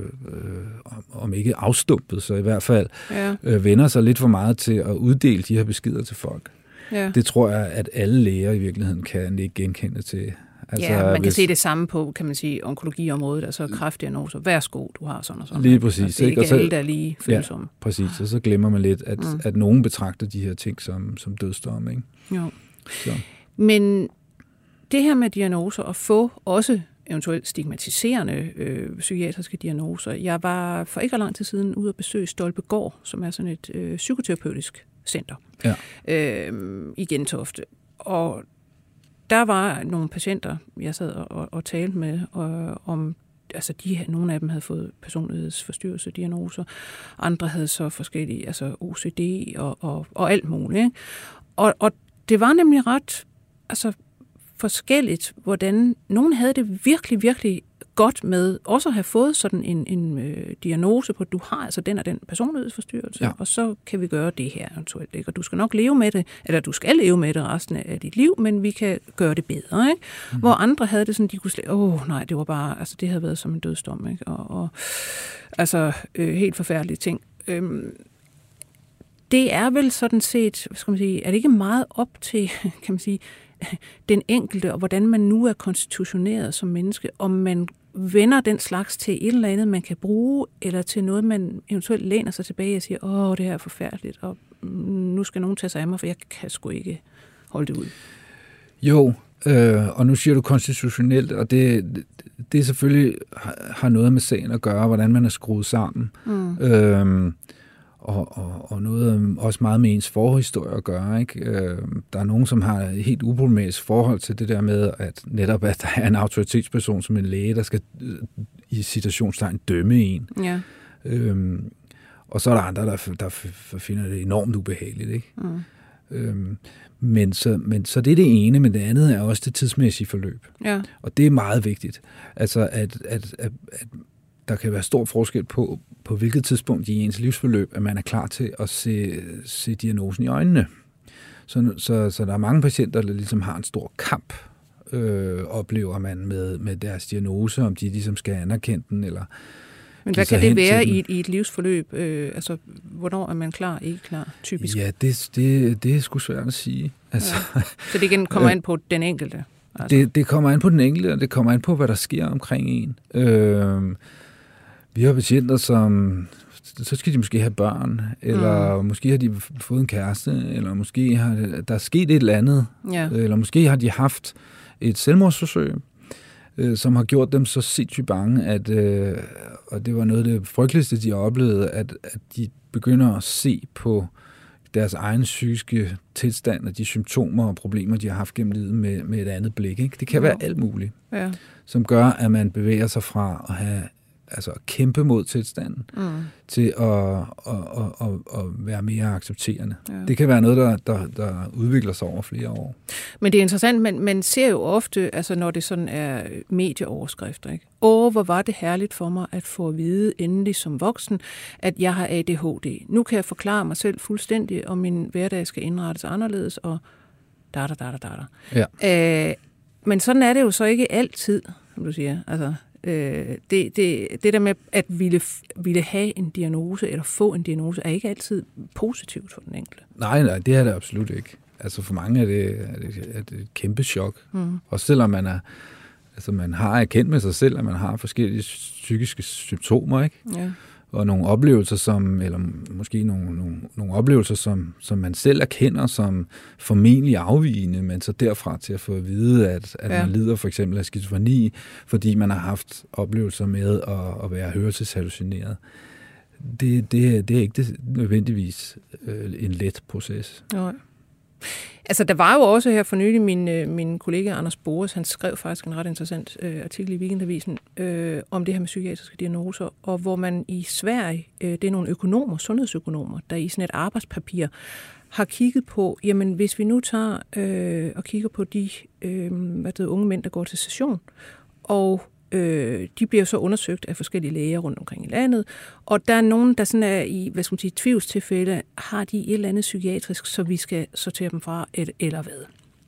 om ikke afstumpet, så i hvert fald yeah. øh, vender sig lidt for meget til at uddele de her beskeder til folk. Ja. Det tror jeg, at alle læger i virkeligheden kan ikke genkende til. Altså, ja, man kan hvis... se det samme på, kan man sige, onkologiområdet, altså kræftdiagnoser. Værsgo, du har sådan og sådan. Lige præcis. Altså, det er ikke så, alle, der er lige følsomme. Ja, præcis. Og så glemmer man lidt, at, mm. at nogen betragter de her ting som, som dødsdomme, ikke? Jo. Så. Men det her med diagnoser, at få også eventuelt stigmatiserende øh, psykiatriske diagnoser. Jeg var for ikke lang tid siden ude at besøge Stolpegård, som er sådan et øh, psykoterapeutisk center ja. øh, i Gentofte. Og der var nogle patienter, jeg sad og, og talte med, og, om altså de, nogle af dem havde fået personlighedsforstyrrelse, diagnoser, andre havde så forskellige, altså O C D og, og, og alt muligt. Ikke? Og, og det var nemlig ret altså, forskelligt, hvordan nogen havde det virkelig, virkelig godt med også at have fået sådan en, en øh, diagnose på, at du har altså den og den personlighedsforstyrrelse, ja. Og så kan vi gøre det her eventuelt. Ikke? Og du skal nok leve med det, eller du skal leve med det resten af dit liv, men vi kan gøre det bedre. Ikke? Mm. Hvor andre havde det sådan, de kunne slet, åh oh, nej, det var bare, altså det havde været som en dødsdom, ikke? Og, og altså øh, helt forfærdelige ting. øhm, det er vel sådan set, hvad skal man sige, er det ikke meget op til, kan man sige, den enkelte, og hvordan man nu er konstitutioneret som menneske, om man vender den slags til et eller andet, man kan bruge, eller til noget, man eventuelt læner sig tilbage og siger, åh, det her er forfærdeligt, og nu skal nogen tage sig af mig, for jeg kan sgu ikke holde det ud. Jo, øh, og nu siger du konstitutionelt, og det, det selvfølgelig har noget med sagen at gøre, hvordan man er skruet sammen. Mm. Øhm, Og, og, og noget også meget med ens forhistorie at gøre. Ikke? Øh, der er nogen, som har et helt uproblematisk forhold til det der med, at netop at der er en autoritetsperson som en læge, der skal i citationstegn dømme en. Ja. Øhm, og så er der andre, der, der finder det enormt ubehageligt. Ikke? Mm. Øhm, men, så, men så det er det ene, men det andet er også det tidsmæssige forløb. Ja. Og det er meget vigtigt. Altså, at, at, at, at der kan være stor forskel på, på hvilket tidspunkt i ens livsforløb, at man er klar til at se, se diagnosen i øjnene. Så, så, så der er mange patienter, der ligesom har en stor kamp, øh, oplever man med, med deres diagnose, om de ligesom skal anerkende den, eller... Men hvad kan det være i et, i et livsforløb? Øh, altså, hvornår er man klar, ikke klar, typisk? Ja, det, det, det er sgu svært at sige. Altså, ja. Så det igen kommer an på den enkelte? Altså. Det, det kommer an på den enkelte, og det kommer an på, hvad der sker omkring en. Øh, Vi har patienter, som så skal de måske have børn, eller mm. måske har de fået en kæreste, eller måske har der er sket et eller andet, ja. Eller måske har de haft et selvmordsforsøg, øh, som har gjort dem så sindssygt bange, at, øh, og det var noget af det frygteligste, de har oplevet, at, at de begynder at se på deres egen psykiske tilstand og de symptomer og problemer, de har haft gennem livet med, med et andet blik. Ikke? Det kan ja. være alt muligt, ja. Som gør, at man bevæger sig fra at have altså at kæmpe mod tilstanden, mm. til at, at, at, at, at være mere accepterende. Ja. Det kan være noget, der, der, der udvikler sig over flere år. Men det er interessant, man, man ser jo ofte, altså når det sådan er medieoverskrifter, ikke? Åh, hvor var det herligt for mig at få at vide endelig som voksen, at jeg har A D H D. Nu kan jeg forklare mig selv fuldstændig, om min hverdag skal indrettes anderledes, og da da da da da. Ja. Øh, men sådan er det jo så ikke altid, som du siger. Altså, Øh, det, det, det der med at ville, ville have en diagnose eller få en diagnose er ikke altid positivt for den enkelte. Nej, nej, det er det absolut ikke. Altså for mange er det, er det, er det et kæmpe chok. Mm. Og selvom man er, altså man har erkendt med sig selv, at man har forskellige psykiske symptomer, ikke? Ja. Og nogle oplevelser, som, eller måske nogle, nogle, nogle oplevelser, som, som man selv erkender som formentlig afvigende, men så derfra til at få at vide, at, at ja. man lider for eksempel af skizofreni, fordi man har haft oplevelser med at, at være hørelseshallucineret. Det, det, det er ikke det, nødvendigvis øh, en let proces. Nej. Altså, der var jo også her for nylig min, min kollega Anders Boris, han skrev faktisk en ret interessant øh, artikel i Weekendavisen øh, om det her med psykiatriske diagnoser, og hvor man i Sverige, øh, det er nogle økonomer, sundhedsøkonomer, der i sådan et arbejdspapir har kigget på, jamen hvis vi nu tager øh, og kigger på de øh, hvad det, unge mænd, der går til session, og Øh, de bliver så undersøgt af forskellige læger rundt omkring i landet, og der er nogen, der sådan er i, hvad skal man sige, tvivlstilfælde, har de et eller andet psykiatrisk, så vi skal sortere dem fra et eller hvad.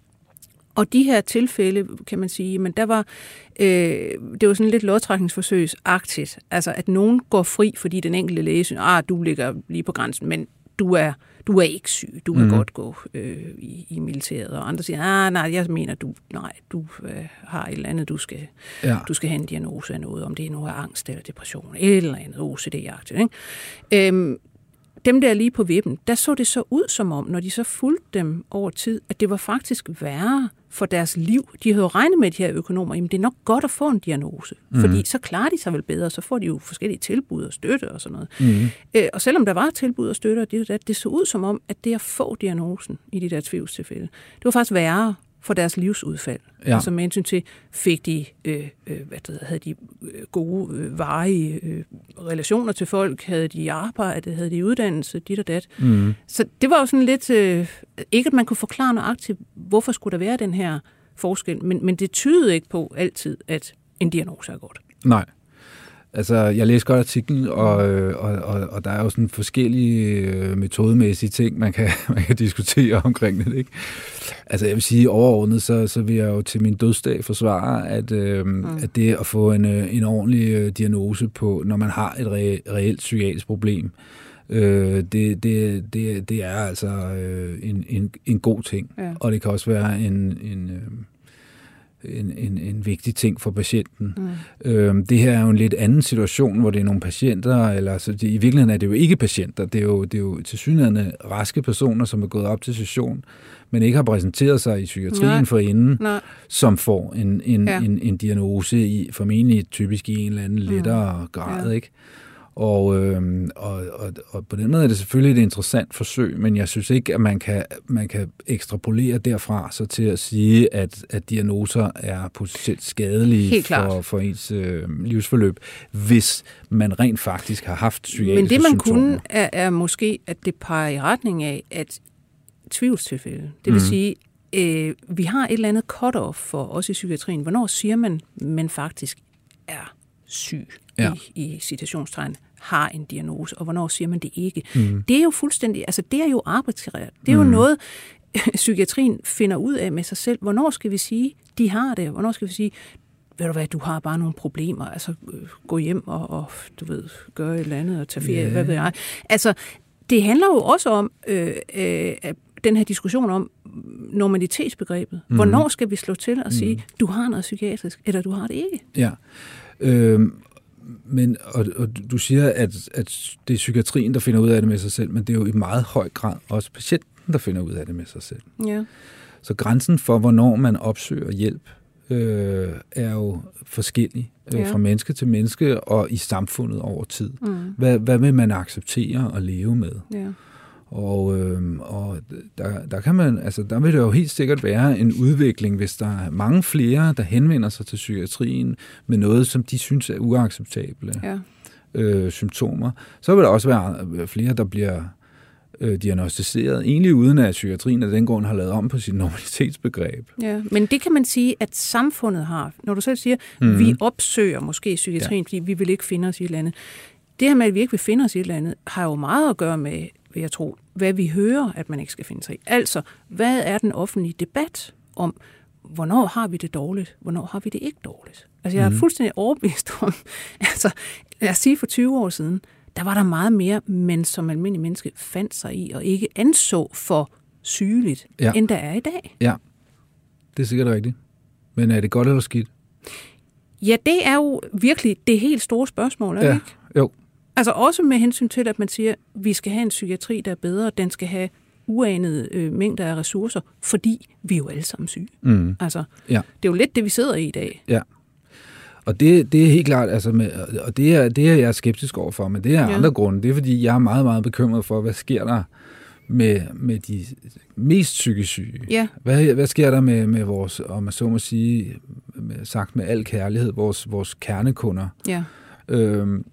Og de her tilfælde, kan man sige, men der var, øh, det var sådan lidt lodtrækningsforsøgsagtigt, altså at nogen går fri, fordi den enkelte læge synes, ah, du ligger lige på grænsen, men du er Du er ikke syg, du kan mm. godt gå øh, i, i militæret, og andre siger, ah, nej, jeg mener, du, nej, du øh, har et eller andet, du skal, ja. du skal have en diagnose af noget, om det nu er angst eller depression, et eller andet O C D-agtigt. Ikke? Øhm, dem der lige på vippen, der så det så ud som om, når de så fulgte dem over tid, at det var faktisk værre for deres liv. De havde jo regnet med de her økonomer, jamen det er nok godt at få en diagnose, mm. fordi så klarer de sig vel bedre, så får de jo forskellige tilbud og støtte og sådan noget. Mm. Øh, og selvom der var tilbud og støtte, det, det, det så ud som om, at det at få diagnosen i de der tvivlstilfælde, det var faktisk værre for deres livsudfald. Ja. Altså med hensyn til, fik de, øh, øh, hvad det hedder, havde de gode, øh, varige øh, relationer til folk, havde de arbejde, havde de uddannelse, dit og dat. Mm. Så det var jo sådan lidt, øh, ikke at man kunne forklare nøjagtigt, hvorfor skulle der være den her forskel, men, men det tyder ikke på altid, at en diagnose er godt. Nej. Altså, jeg læste godt artiklen, og, og, og, og der er jo sådan forskellige metodemæssige ting, man kan, man kan diskutere omkring det, ikke? Altså, jeg vil sige, overordnet, så, så vil jeg jo til min dødsdag forsvare, at, øh, mm. at det at få en, en ordentlig diagnose på, når man har et re, reelt psykiatrisk problem, Øh, det, det, det, det er altså øh, en, en, en god ting, ja. Og det kan også være en, en, øh, en, en, en vigtig ting for patienten. Mm. Øh, det her er jo en lidt anden situation, hvor det er nogle patienter, eller så det, i virkeligheden er det jo ikke patienter, det er jo, det er jo tilsyneladende raske personer, som er gået op til session, men ikke har præsenteret sig i psykiatrien forinden, som får en, en, ja. en, en diagnose, i, formentlig typisk i en eller anden lettere mm. grad, ja. Ikke? Og, øhm, og, og, og på den måde er det selvfølgelig et interessant forsøg, men jeg synes ikke, at man kan, man kan ekstrapolere derfra så til at sige, at, at diagnoser er potentielt skadelige for, for ens øh, livsforløb, hvis man rent faktisk har haft psykiatriske Men det man symptomer. kunne, er, er måske, at det peger i retning af, at tvivlstilfælde, det vil mm. sige, øh, vi har et eller andet cut-off for os i psykiatrien. Hvornår siger man, man faktisk er syg? Ja. I, i citationstegn, har en diagnose, og hvornår siger man det ikke. Mm. Det er jo fuldstændig, altså det er jo arbitrært. Det er mm. jo noget, psykiatrien finder ud af med sig selv. Hvornår skal vi sige, de har det? Hvornår skal vi sige, ved du hvad, du har bare nogle problemer, altså gå hjem og, og du ved, gøre et eller andet og tage ferie, yeah. hvad ved jeg. Altså, det handler jo også om øh, øh, den her diskussion om normalitetsbegrebet. Mm. Hvornår skal vi slå til og sige, mm. du har noget psykiatrisk, eller du har det ikke? Ja, øh, Men, og, og du siger, at, at det er psykiatrien, der finder ud af det med sig selv, men det er jo i meget høj grad også patienten, der finder ud af det med sig selv. Ja. Så grænsen for, hvornår man opsøger hjælp, øh, er jo forskellig øh, ja. fra menneske til menneske og i samfundet over tid. Mm. Hvad, hvad vil man acceptere og leve med? Ja. Og, øh, og der, der kan man, altså der vil det jo helt sikkert være en udvikling, hvis der er mange flere, der henvender sig til psykiatrien med noget, som de synes er uacceptable ja. øh, symptomer. Så vil der også være flere, der bliver øh, diagnostiseret, egentlig uden at psykiatrien af den grund har lavet om på sit normalitetsbegreb. Ja, men det kan man sige, at samfundet har. Når du selv siger, mm-hmm. vi opsøger måske psykiatrien, ja. fordi vi vil ikke finde os i et eller andet. Det her med, at vi ikke vil finde os i et eller andet, har jo meget at gøre med, vil jeg tro, hvad vi hører, at man ikke skal finde sig i. Altså, hvad er den offentlige debat om, hvornår har vi det dårligt, hvornår har vi det ikke dårligt? Altså, jeg er fuldstændig overbevist om, altså, lad os sige for tyve år siden, der var der meget mere, men som almindelig menneske fandt sig i, og ikke anså for sygeligt, ja. end der er i dag. Ja, det er sikkert rigtigt. Men er det godt eller skidt? Ja, det er jo virkelig det helt store spørgsmål, er det ja. ikke? Jo. Altså også med hensyn til, at man siger, at vi skal have en psykiatri, der er bedre, den skal have uanede øh, mængder af ressourcer, fordi vi er jo alle sammen syge. Mm. Altså, ja. Det er jo lidt det, vi sidder i i dag. Ja, og det, det er helt klart, altså med, og det er, det er jeg skeptisk overfor, men det er ja. andre grunde. Det er, fordi jeg er meget, meget bekymret for, hvad sker der med, med de mest psykisk syge? Ja. Hvad, hvad sker der med, med vores, om man så må sige, med, sagt med al kærlighed, vores, vores kernekunder? Ja. Øhm,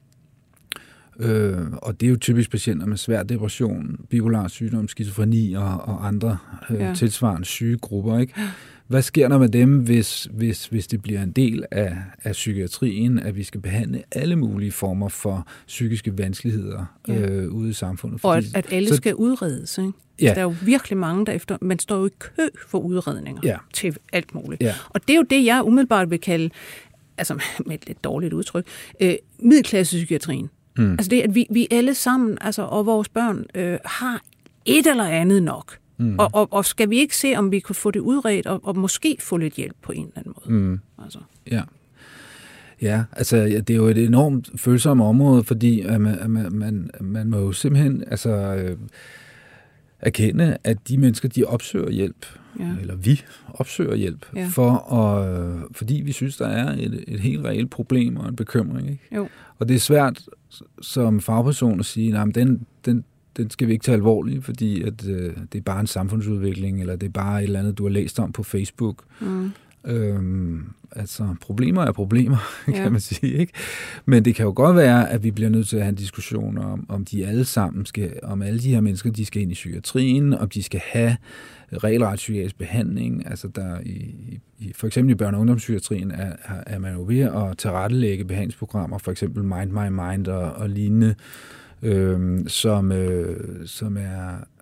Øh, og det er jo typisk patienter med svær depression, bipolar sygdom, skizofreni og, og andre øh, ja. tilsvarende sygegrupper. Ikke? Hvad sker der med dem, hvis, hvis, hvis det bliver en del af, af psykiatrien, at vi skal behandle alle mulige former for psykiske vanskeligheder ja. øh, ude i samfundet? Fordi, og at, at alle så, skal udredes. Ikke? Ja. Der er jo virkelig mange, der efter, man står jo i kø for udredninger ja. til alt muligt. Ja. Og det er jo det, jeg umiddelbart vil kalde, altså med et lidt dårligt udtryk, øh, middelklassepsykiatrien. Mm. Altså det, at vi, vi alle sammen, altså, og vores børn, øh, har et eller andet nok. Mm. Og, og, og skal vi ikke se, om vi kan få det udredt, og, og måske få lidt hjælp på en eller anden måde? Mm. Altså. Ja. Ja, altså det er jo et enormt følsomt område, fordi at man, at man, man, man må jo simpelthen altså, øh, erkende, at de mennesker, de opsøger hjælp, ja. eller vi opsøger hjælp, ja. for at, fordi vi synes, der er et, et helt reelt problem og en bekymring. Ikke? Jo. Og det er svært som fagperson at sige, nej, men den, den, den skal vi ikke tage alvorligt, fordi at, øh, det er bare en samfundsudvikling, eller det er bare et eller andet, du har læst om på Facebook. Mm. Øhm, altså, problemer er problemer, kan ja. man sige, ikke? Men det kan jo godt være, at vi bliver nødt til at have en diskussion om, om de alle sammen skal, om alle de her mennesker, de skal ind i psykiatrien, om de skal have regelret psykiatrisk behandling. Altså, der i, i, for eksempel i børne- og ungdomspsykiatrien er, er man jo ved at tilrettelægge behandlingsprogrammer, for eksempel Mind My Mind og, og lignende, øhm, som, øh, som er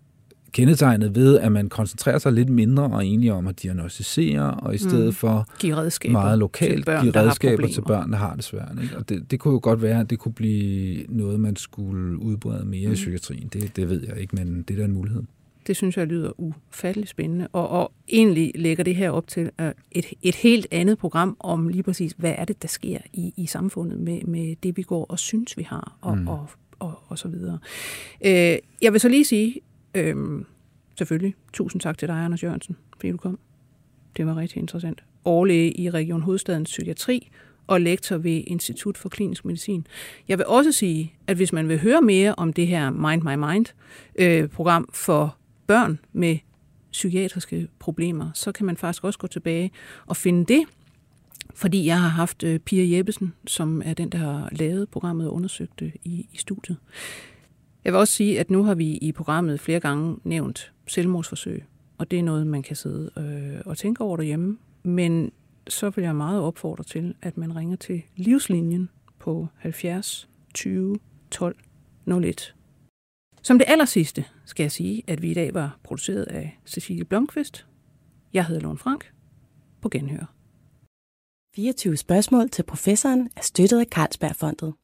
kendetegnet ved, at man koncentrerer sig lidt mindre og egentlig om at diagnostisere, og i stedet mm. for give redskaber meget lokalt børn, give redskaber til børn, der har det svært. Ikke? Og det, det kunne jo godt være, at det kunne blive noget, man skulle udbrede mere mm. i psykiatrien. Det, det ved jeg ikke, men det er da en mulighed. Det synes jeg lyder ufatteligt spændende, og, og egentlig lægger det her op til uh, et, et helt andet program om lige præcis, hvad er det, der sker i, i samfundet med, med det, vi går og synes, vi har, og, mm. og, og, og så videre. Uh, jeg vil så lige sige, uh, selvfølgelig, tusind tak til dig, Anders Jørgensen, fordi du kom. Det var rigtig interessant. Overlæge i Region Hovedstadens Psykiatri og lektor ved Institut for Klinisk Medicin. Jeg vil også sige, at hvis man vil høre mere om det her Mind My Mind-program uh, for børn med psykiatriske problemer, så kan man faktisk også gå tilbage og finde det, fordi jeg har haft uh, Pia Jeppesen, som er den, der har lavet programmet og undersøgt det i, i studiet. Jeg vil også sige, at nu har vi i programmet flere gange nævnt selvmordsforsøg, og det er noget, man kan sidde øh, og tænke over derhjemme, men så vil jeg meget opfordre til, at man ringer til Livslinjen på halvfjerds tyve tolv nul et. Som det allersidste skal jeg sige, at vi i dag var produceret af Cecilie Blomqvist. Jeg hedder Lone Frank. På genhør. fireogtyve spørgsmål til professoren er støttet af Carlsbergfondet.